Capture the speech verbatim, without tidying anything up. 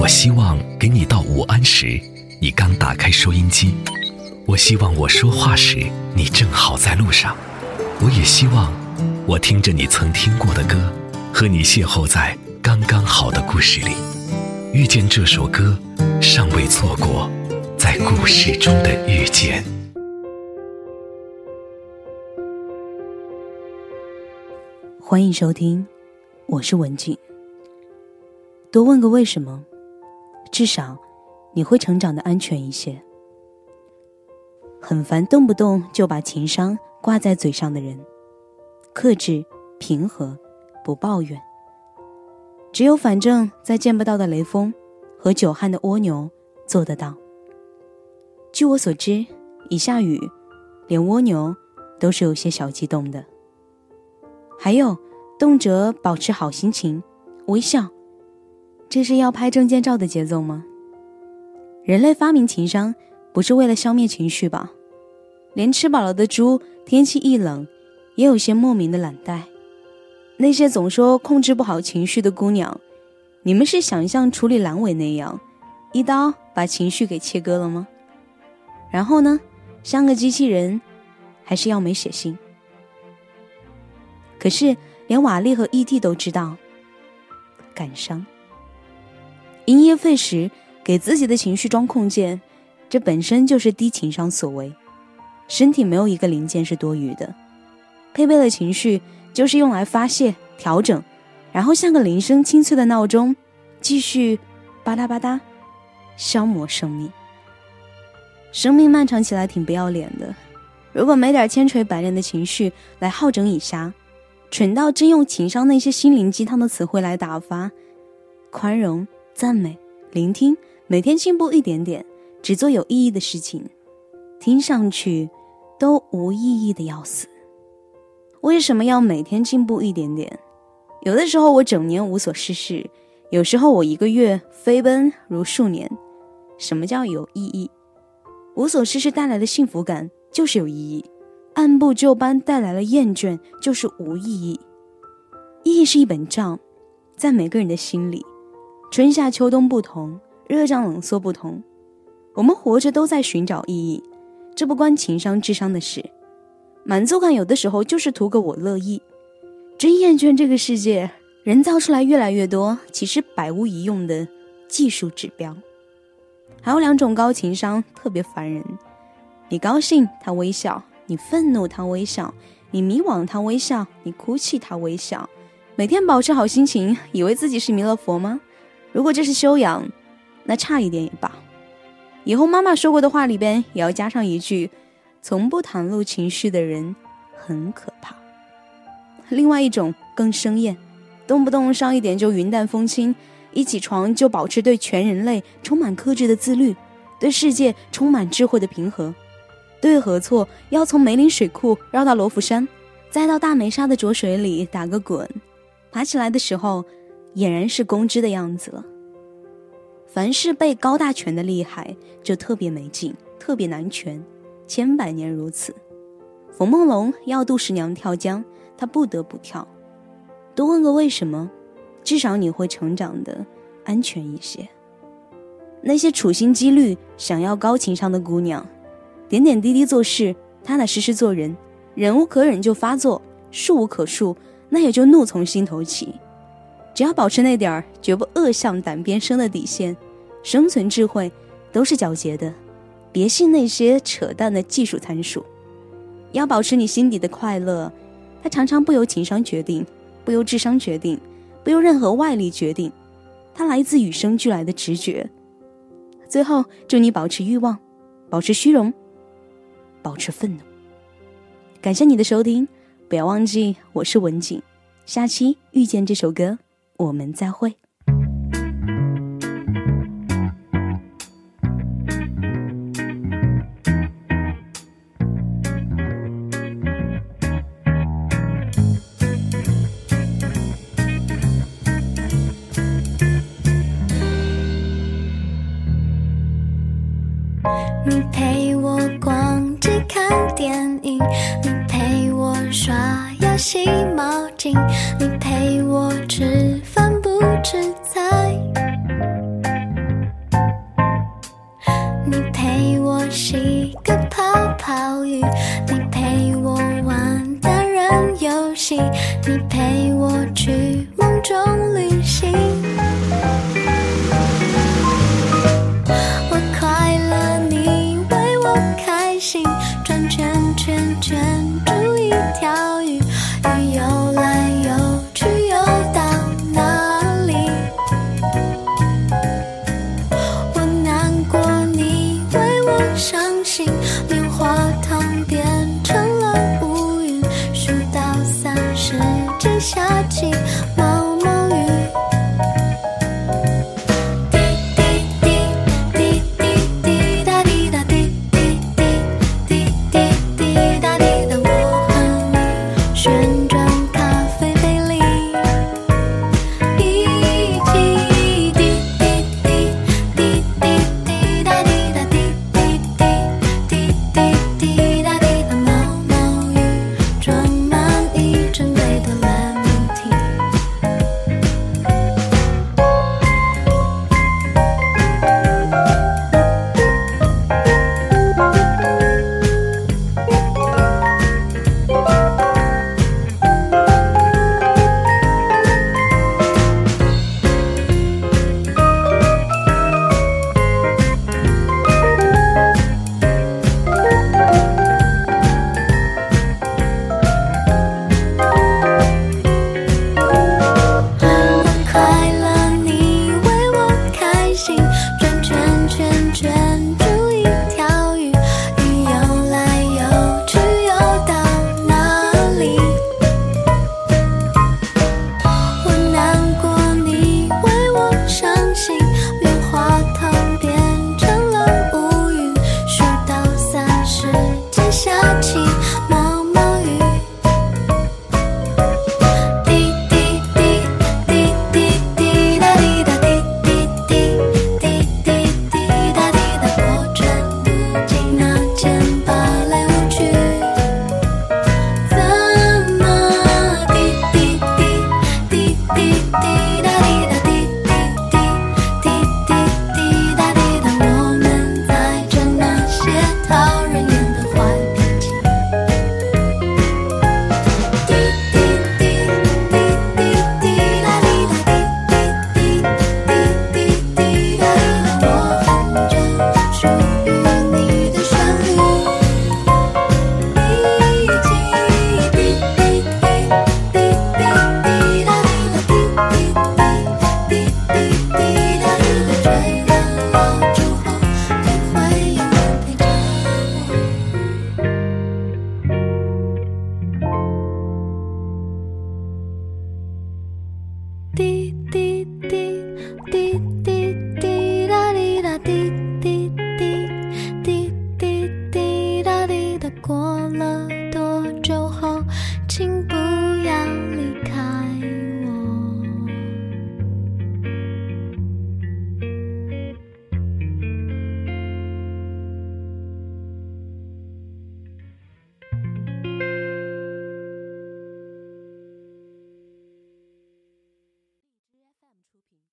希望给你道午安时，你刚打开收音机；我希望我说话时，你正好在路上；我也希望我听着你曾听过的歌，和你邂逅在刚刚好的故事里，遇见这首歌尚未错过在故事中的遇见。 欢迎收听，我是文静。多问个为什么，至少你会成长的安全一些。很烦动不动就把情商挂在嘴上的人，克制、平和、不抱怨。只有反正在见不到的雷锋和久旱的蜗牛做得到。据我所知，一下雨，连蜗牛都是有些小激动的。还有，动辄保持好心情，微笑，这是要拍证件照的节奏吗？人类发明情商，不是为了消灭情绪吧？连吃饱了的猪，天气一冷，也有些莫名的懒怠。那些总说控制不好情绪的姑娘，你们是想像处理阑尾那样，一刀把情绪给切割了吗？然后呢，像个机器人，还是要没血性？可是连瓦力和 E T 都知道，感伤。因噎废食，给自己的情绪装控件，这本身就是低情商所为。身体没有一个零件是多余的，配备了情绪就是用来发泄、调整，然后像个铃声清脆的闹钟，继续吧嗒吧嗒消磨生命。生命漫长起来挺不要脸的，如果没点千锤百炼的情绪来好整以暇，蠢到真用情商那些心灵鸡汤的词汇来打发，宽容、赞美、聆听，每天进步一点点，只做有意义的事情，听上去都无意义的要死。为什么要每天进步一点点？有的时候我整年无所事事，有时候我一个月飞奔如数年。什么叫有意义？无所事事带来的幸福感就是有意义，按部就班带来了厌倦就是无意义。意义是一本账，在每个人的心里，春夏秋冬不同，热胀冷缩不同，我们活着都在寻找意义，这不关情商智商的事。满足感有的时候就是图个我乐意。真厌倦这个世界，人造出来越来越多其实百无一用的技术指标。还有两种高情商特别烦人，你高兴他微笑，你愤怒他微笑，你迷惘他微笑，你哭泣他微笑，每天保持好心情，以为自己是弥勒佛吗？如果这是修养，那差一点也罢。以后妈妈说过的话里边也要加上一句，从不袒露情绪的人很可怕。另外一种更生厌，动不动上一点就云淡风轻，一起床就保持对全人类充满克制的自律，对世界充满智慧的平和，对和错要从梅林水库绕到罗浮山，再到大梅沙的浊水里打个滚，爬起来的时候俨然是公知的样子了。凡是被高大全的厉害，就特别没劲，特别难全，千百年如此。冯梦龙要杜十娘跳江，他不得不跳。多问个为什么，至少你会成长的安全一些。那些处心积虑想要高情商的姑娘，点点滴滴做事，踏踏实实做人，忍无可忍就发作，恕无可恕，那也就怒从心头起。只要保持那点儿绝不恶向胆边生的底线，生存智慧都是皎洁的，别信那些扯淡的技术参数。要保持你心底的快乐，它常常不由情商决定，不由智商决定，不由任何外力决定，它来自与生俱来的直觉。最后祝你保持欲望，保持虚荣，保持愤怒。感谢你的收听，不要忘记我是文景，下期遇见这首歌我们再会。 你陪我逛街看电影，你陪我刷牙洗毛巾，你陪我吃饭不吃菜， 好雨，你陪我玩单人游戏，你陪我去梦中旅行。我快乐，你为我开心，转圈圈圈出一条鱼，鱼游来游去游到哪里？我难过，你为我伤心，棉花糖变成了乌云，数到三十即下起毛毛雨。滴滴滴滴滴滴答滴答滴滴滴滴滴滴答滴答，过了多久后，请不要